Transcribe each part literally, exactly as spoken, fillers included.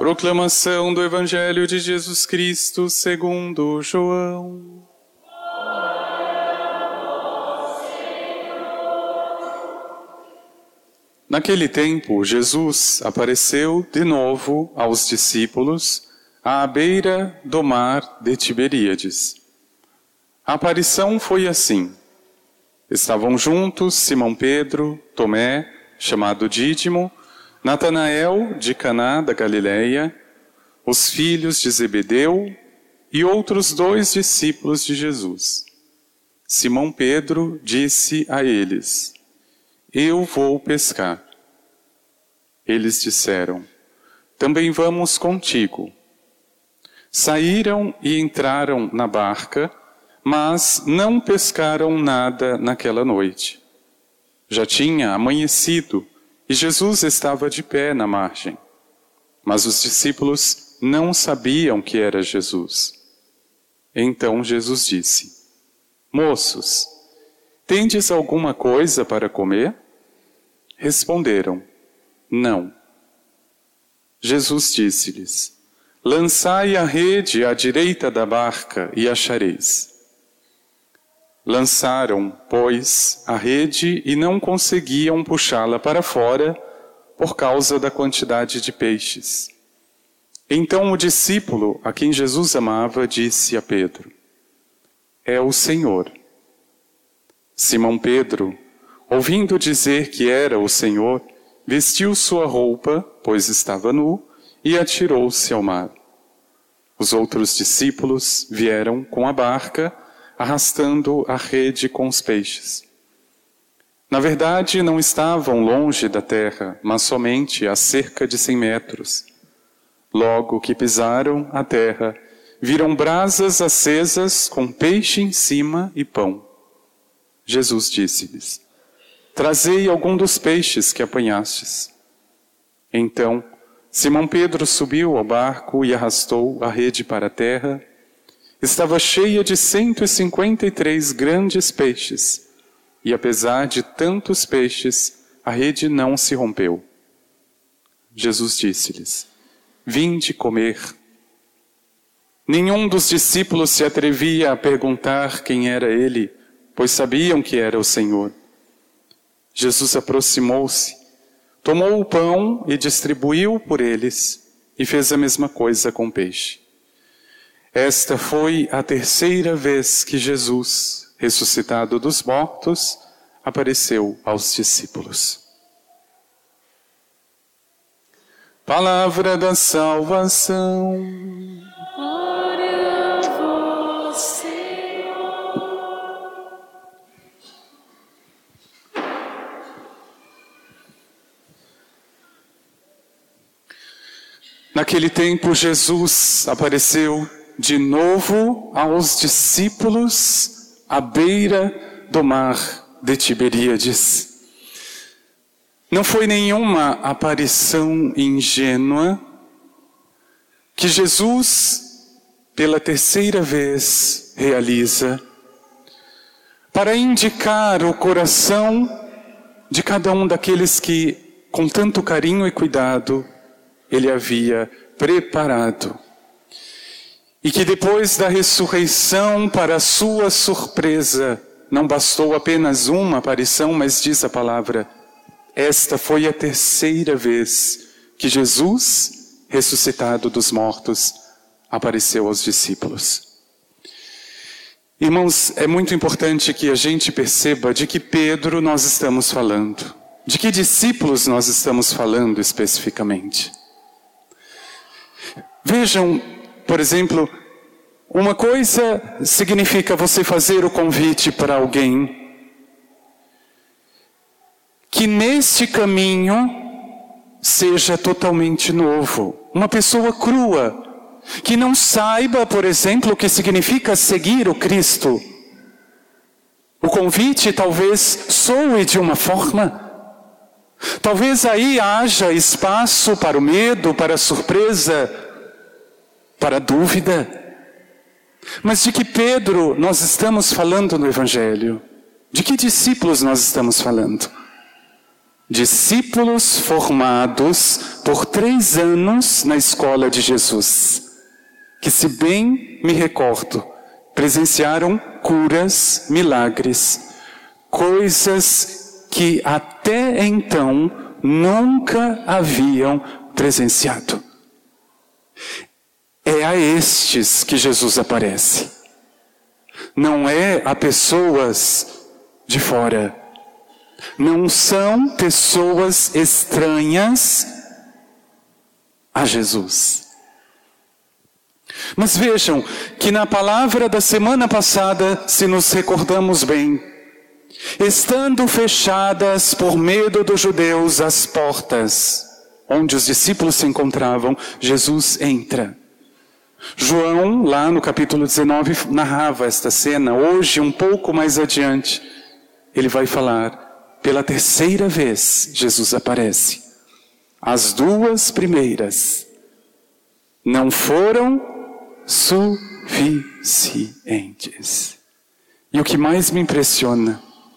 Proclamação do Evangelho de Jesus Cristo segundo João. Naquele tempo, Jesus apareceu de novo aos discípulos à beira do mar de Tiberíades. A aparição foi assim. Estavam juntos Simão Pedro, Tomé, chamado Dídimo, Natanael, de Caná da Galileia, os filhos de Zebedeu e outros dois discípulos de Jesus. Simão Pedro disse a eles: Eu vou pescar. Eles disseram: Também vamos contigo. Saíram e entraram na barca, mas não pescaram nada naquela noite. Já tinha amanhecido e Jesus estava de pé na margem. Mas os discípulos não sabiam que era Jesus. Então Jesus disse: Moços, tendes alguma coisa para comer? Responderam: Não. Jesus disse-lhes: Lançai a rede à direita da barca e achareis. Lançaram, pois, a rede e não conseguiam puxá-la para fora por causa da quantidade de peixes. Então o discípulo, a quem Jesus amava, disse a Pedro: É o Senhor. Simão Pedro, ouvindo dizer que era o Senhor, vestiu sua roupa, pois estava nu, e atirou-se ao mar. Os outros discípulos vieram com a barca, arrastando a rede com os peixes. Na verdade, não estavam longe da terra, mas somente a cerca de cem metros. Logo que pisaram a terra, viram brasas acesas com peixe em cima e pão. Jesus disse-lhes: Trazei algum dos peixes que apanhastes. Então, Simão Pedro subiu ao barco e arrastou a rede para a terra. Estava cheia de cento e cinquenta e três grandes peixes, e apesar de tantos peixes, a rede não se rompeu. Jesus disse-lhes: Vinde comer. Nenhum dos discípulos se atrevia a perguntar quem era ele, pois sabiam que era o Senhor. Jesus aproximou-se, tomou o pão e distribuiu por eles, e fez a mesma coisa com o peixe. Esta foi a terceira vez que Jesus, ressuscitado dos mortos, apareceu aos discípulos. Palavra da salvação. Glória a vós, Senhor. Naquele tempo, Jesus apareceu de novo aos discípulos à beira do mar de Tiberíades. Não foi nenhuma aparição ingênua que Jesus, pela terceira vez, realiza para indicar o coração de cada um daqueles que, com tanto carinho e cuidado, ele havia preparado. E que depois da ressurreição, para sua surpresa, não bastou apenas uma aparição, mas diz a palavra: esta foi a terceira vez que Jesus, ressuscitado dos mortos, apareceu aos discípulos. Irmãos, é muito importante que a gente perceba de que Pedro nós estamos falando. De que discípulos nós estamos falando especificamente. Vejam, por exemplo, uma coisa significa você fazer o convite para alguém que neste caminho seja totalmente novo. Uma pessoa crua, que não saiba, por exemplo, o que significa seguir o Cristo. O convite talvez soe de uma forma. Talvez aí haja espaço para o medo, para a surpresa, para a dúvida. Mas de que Pedro nós estamos falando no Evangelho? De que discípulos nós estamos falando? discípulos formados por três anos na escola de Jesus, que, se bem me recordo, presenciaram curas, milagres, coisas que até então nunca haviam presenciado. É a estes que Jesus aparece. Não é a pessoas de fora. Não são pessoas estranhas a Jesus. Mas vejam que na palavra da semana passada, se nos recordamos bem, estando fechadas por medo dos judeus as portas onde os discípulos se encontravam, Jesus entra. João, lá no capítulo dezenove, narrava esta cena. Hoje, um pouco mais adiante, ele vai falar, pela terceira vez, Jesus aparece. As duas primeiras não foram suficientes. E o que mais me impressiona,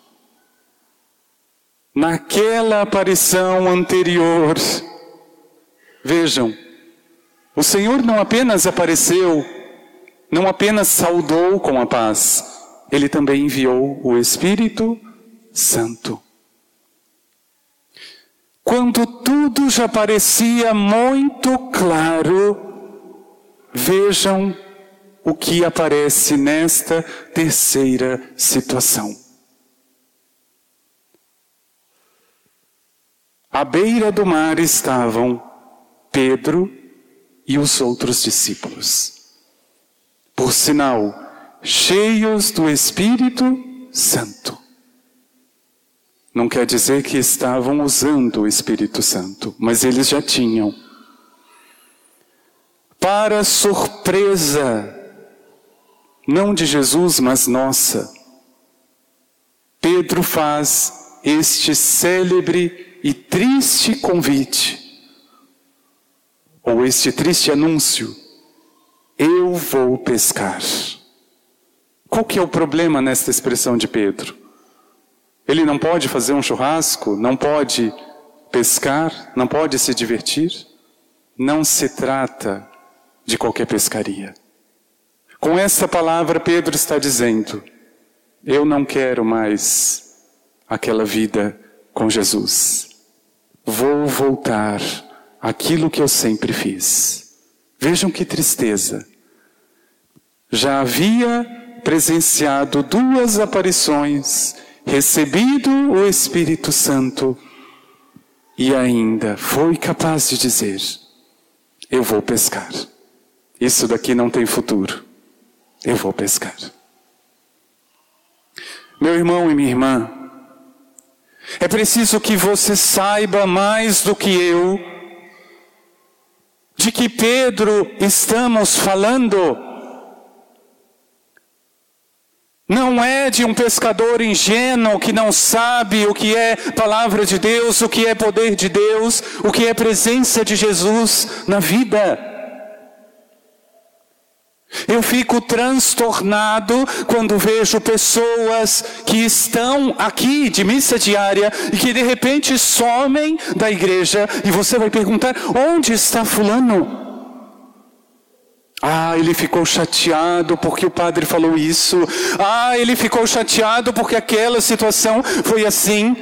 naquela aparição anterior, vejam, o Senhor não apenas apareceu, não apenas saudou com a paz, Ele também enviou o Espírito Santo. Quando tudo já parecia muito claro, vejam o que aparece nesta terceira situação. À beira do mar estavam Pedro e os outros discípulos. Por sinal, cheios do Espírito Santo. Não quer dizer que estavam usando o Espírito Santo, mas eles já tinham. Para surpresa, não de Jesus, mas nossa, Pedro faz este célebre e triste convite, ou este triste anúncio: eu vou pescar. Qual que é o problema nesta expressão de Pedro? Ele não pode fazer um churrasco? Não pode pescar? Não pode se divertir? Não se trata de qualquer pescaria. Com essa palavra, Pedro está dizendo: eu não quero mais aquela vida com Jesus. Vou voltar àquilo que eu sempre fiz. Vejam que tristeza. Já havia presenciado duas aparições, recebido o Espírito Santo e ainda foi capaz de dizer: eu vou pescar. Isso daqui não tem futuro. Eu vou pescar. Meu irmão e minha irmã, é preciso que você saiba mais do que eu de que Pedro estamos falando. Não é de um pescador ingênuo que não sabe o que é palavra de Deus, o que é poder de Deus, o que é presença de Jesus na vida. Eu fico transtornado quando vejo pessoas que estão aqui de missa diária e que de repente somem da igreja e você vai perguntar: onde está fulano? Ah, ele ficou chateado porque o padre falou isso. Ah, ele ficou chateado porque aquela situação foi assim.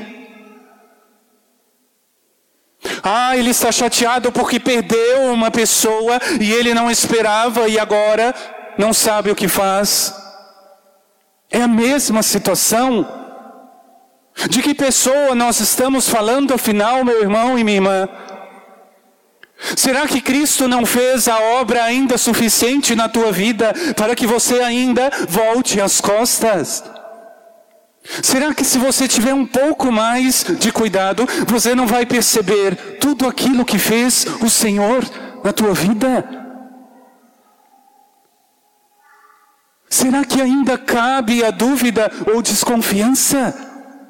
Ah, ele está chateado porque perdeu uma pessoa e ele não esperava e agora não sabe o que faz. É a mesma situação. De que pessoa nós estamos falando afinal, meu irmão e minha irmã? Será que Cristo não fez a obra ainda suficiente na tua vida para que você ainda volte as costas? Será que se você tiver um pouco mais de cuidado, você não vai perceber tudo aquilo que fez o Senhor na tua vida? Será que ainda cabe a dúvida ou desconfiança?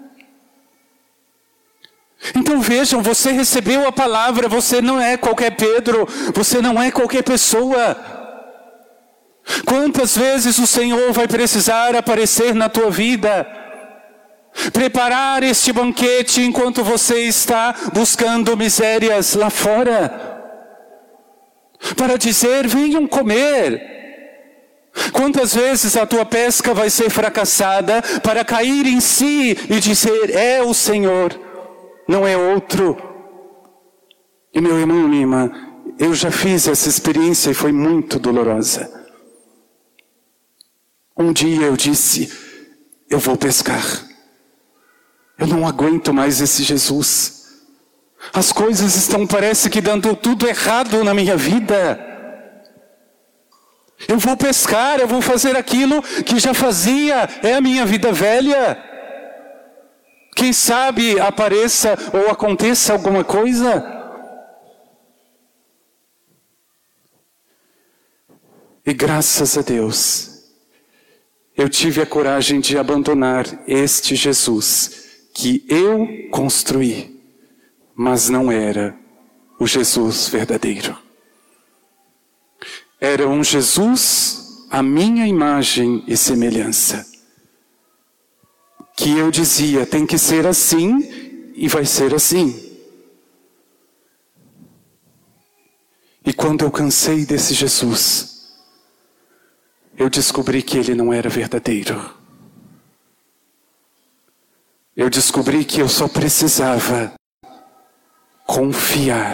Então vejam, você recebeu a palavra, você não é qualquer Pedro, você não é qualquer pessoa. Quantas vezes o Senhor vai precisar aparecer na tua vida? Preparar este banquete enquanto você está buscando misérias lá fora. Para dizer, venham comer. Quantas vezes a tua pesca vai ser fracassada para cair em si e dizer, é o Senhor, não é outro. E meu irmão, minha irmã, eu já fiz essa experiência e foi muito dolorosa. Um dia eu disse, eu vou pescar. Eu não aguento mais esse Jesus. As coisas estão, parece que dando tudo errado na minha vida. Eu vou pescar, eu vou fazer aquilo que já fazia, é a minha vida velha. Quem sabe apareça ou aconteça alguma coisa. E graças a Deus, eu tive a coragem de abandonar este Jesus que eu construí, mas não era o Jesus verdadeiro. Era um Jesus à minha imagem e semelhança. Que eu dizia, tem que ser assim e vai ser assim. E quando eu cansei desse Jesus, eu descobri que ele não era verdadeiro. Eu descobri que eu só precisava confiar.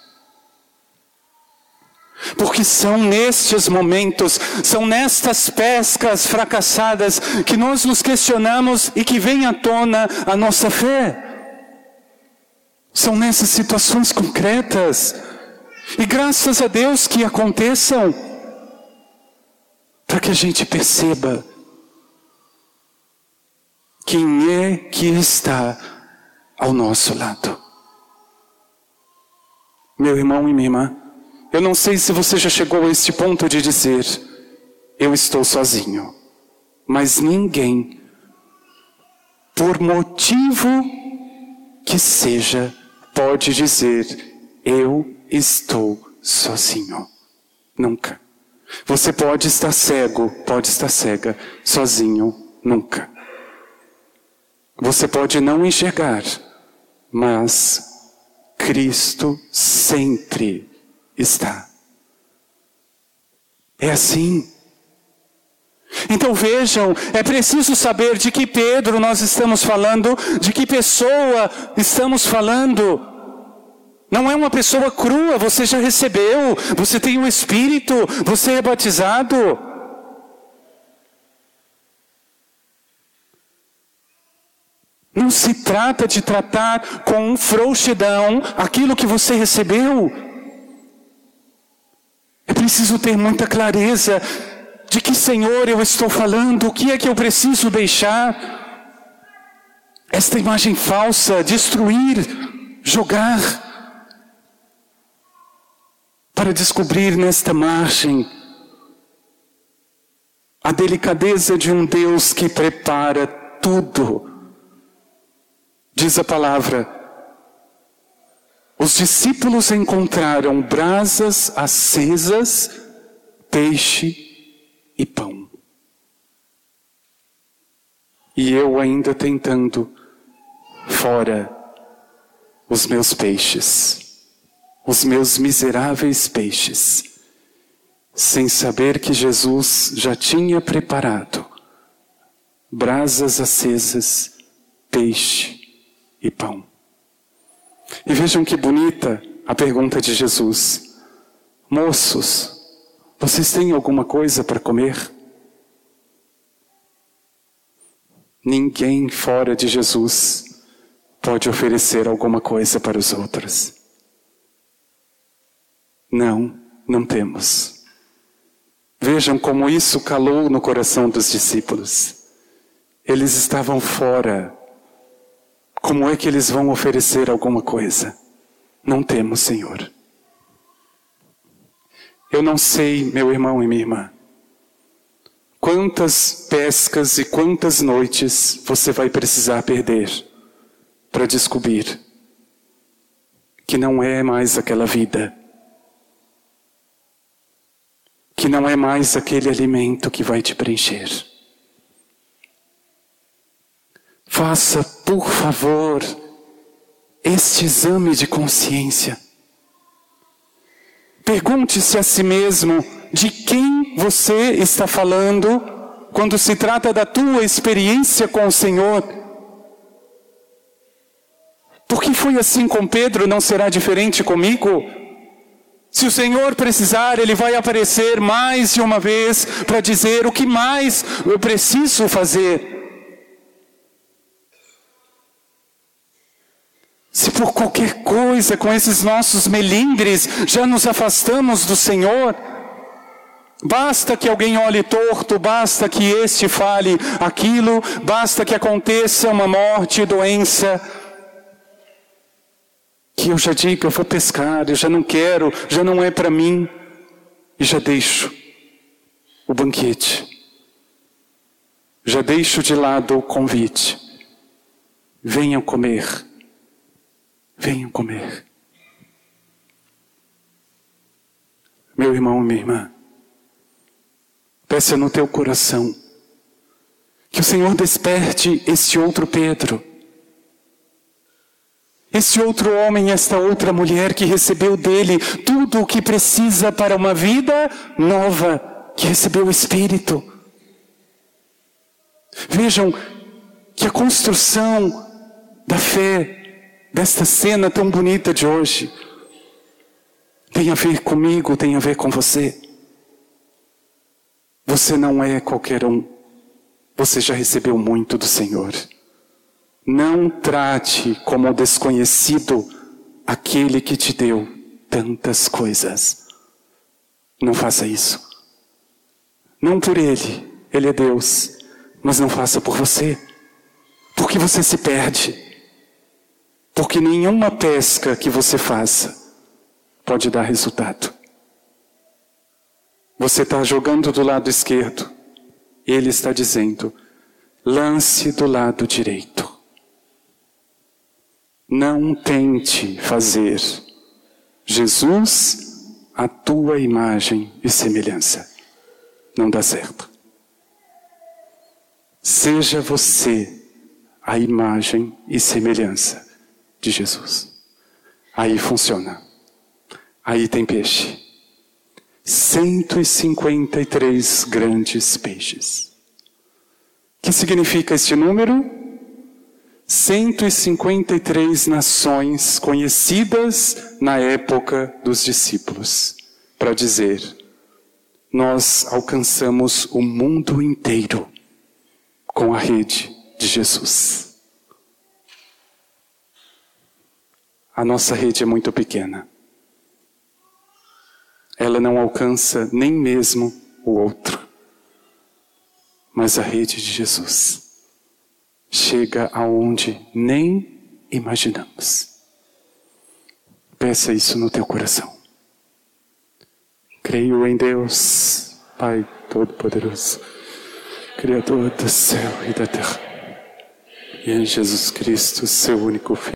Porque são nestes momentos, são nestas pescas fracassadas que nós nos questionamos e que vem à tona a nossa fé. São nessas situações concretas. E graças a Deus que aconteçam, para que a gente perceba quem é que está ao nosso lado. Meu irmão e minha irmã, eu não sei se você já chegou a este ponto de dizer, eu estou sozinho. Mas ninguém, por motivo que seja, pode dizer, eu estou sozinho. Nunca. Você pode estar cego, pode estar cega, sozinho, nunca. Você pode não enxergar, mas Cristo sempre está. É assim. Então vejam, é preciso saber de que Pedro nós estamos falando, de que pessoa estamos falando. Não é uma pessoa crua, você já recebeu, você tem o Espírito, você é batizado. Não se trata de tratar com frouxidão aquilo que você recebeu. É preciso ter muita clareza de que Senhor eu estou falando, o que é que eu preciso deixar. Esta imagem falsa, destruir, jogar, para descobrir nesta margem a delicadeza de um Deus que prepara tudo. Diz a palavra, os discípulos encontraram brasas acesas, peixe e pão. E eu ainda tentando fora os meus peixes, os meus miseráveis peixes, sem saber que Jesus já tinha preparado brasas acesas, peixe e pão. E vejam que bonita a pergunta de Jesus. Moços, vocês têm alguma coisa para comer? Ninguém fora de Jesus pode oferecer alguma coisa para os outros. Não, não temos. Vejam como isso calou no coração dos discípulos. Eles estavam fora. Como é que eles vão oferecer alguma coisa? Não temos, Senhor. Eu não sei, meu irmão e minha irmã, quantas pescas e quantas noites você vai precisar perder para descobrir que não é mais aquela vida, que não é mais aquele alimento que vai te preencher. faça, por favor, este exame de consciência. Pergunte-se a si mesmo de quem você está falando quando se trata da tua experiência com o Senhor. Porque foi assim com Pedro, não será diferente comigo? Se o Senhor precisar, Ele vai aparecer mais de uma vez para dizer o que mais eu preciso fazer. Se por qualquer coisa, com esses nossos melindres, já nos afastamos do Senhor, basta que alguém olhe torto, basta que este fale aquilo, basta que aconteça uma morte, doença, que eu já digo, eu vou pescar, eu já não quero, já não é para mim, e já deixo o banquete, já deixo de lado o convite. Venham comer, venham comer. Meu irmão, minha irmã, peça no teu coração que o Senhor desperte esse outro Pedro, esse outro homem, esta outra mulher que recebeu dele tudo o que precisa para uma vida nova, que recebeu o Espírito. Vejam que a construção da fé, desta cena tão bonita de hoje, tem a ver comigo, tem a ver com você. Você não é qualquer um, você já recebeu muito do Senhor. Não trate como desconhecido aquele que te deu tantas coisas. Não faça isso. Não por Ele, Ele é Deus, mas não faça por você, porque você se perde. Porque nenhuma pesca que você faça pode dar resultado. Você está jogando do lado esquerdo, Ele está dizendo, lance do lado direito. Não tente fazer Jesus a tua imagem e semelhança. Não dá certo. Seja você a imagem e semelhança de Jesus. Aí funciona. Aí tem peixe. cento e cinquenta e três grandes peixes. O que significa este número? cento e cinquenta e três nações conhecidas na época dos discípulos, para dizer, nós alcançamos o mundo inteiro com a rede de Jesus. A nossa rede é muito pequena. Ela não alcança nem mesmo o outro. Mas a rede de Jesus chega aonde nem imaginamos. Peça isso no teu coração. Creio em Deus, Pai Todo-Poderoso, Criador do céu e da terra, e em Jesus Cristo, seu único Filho,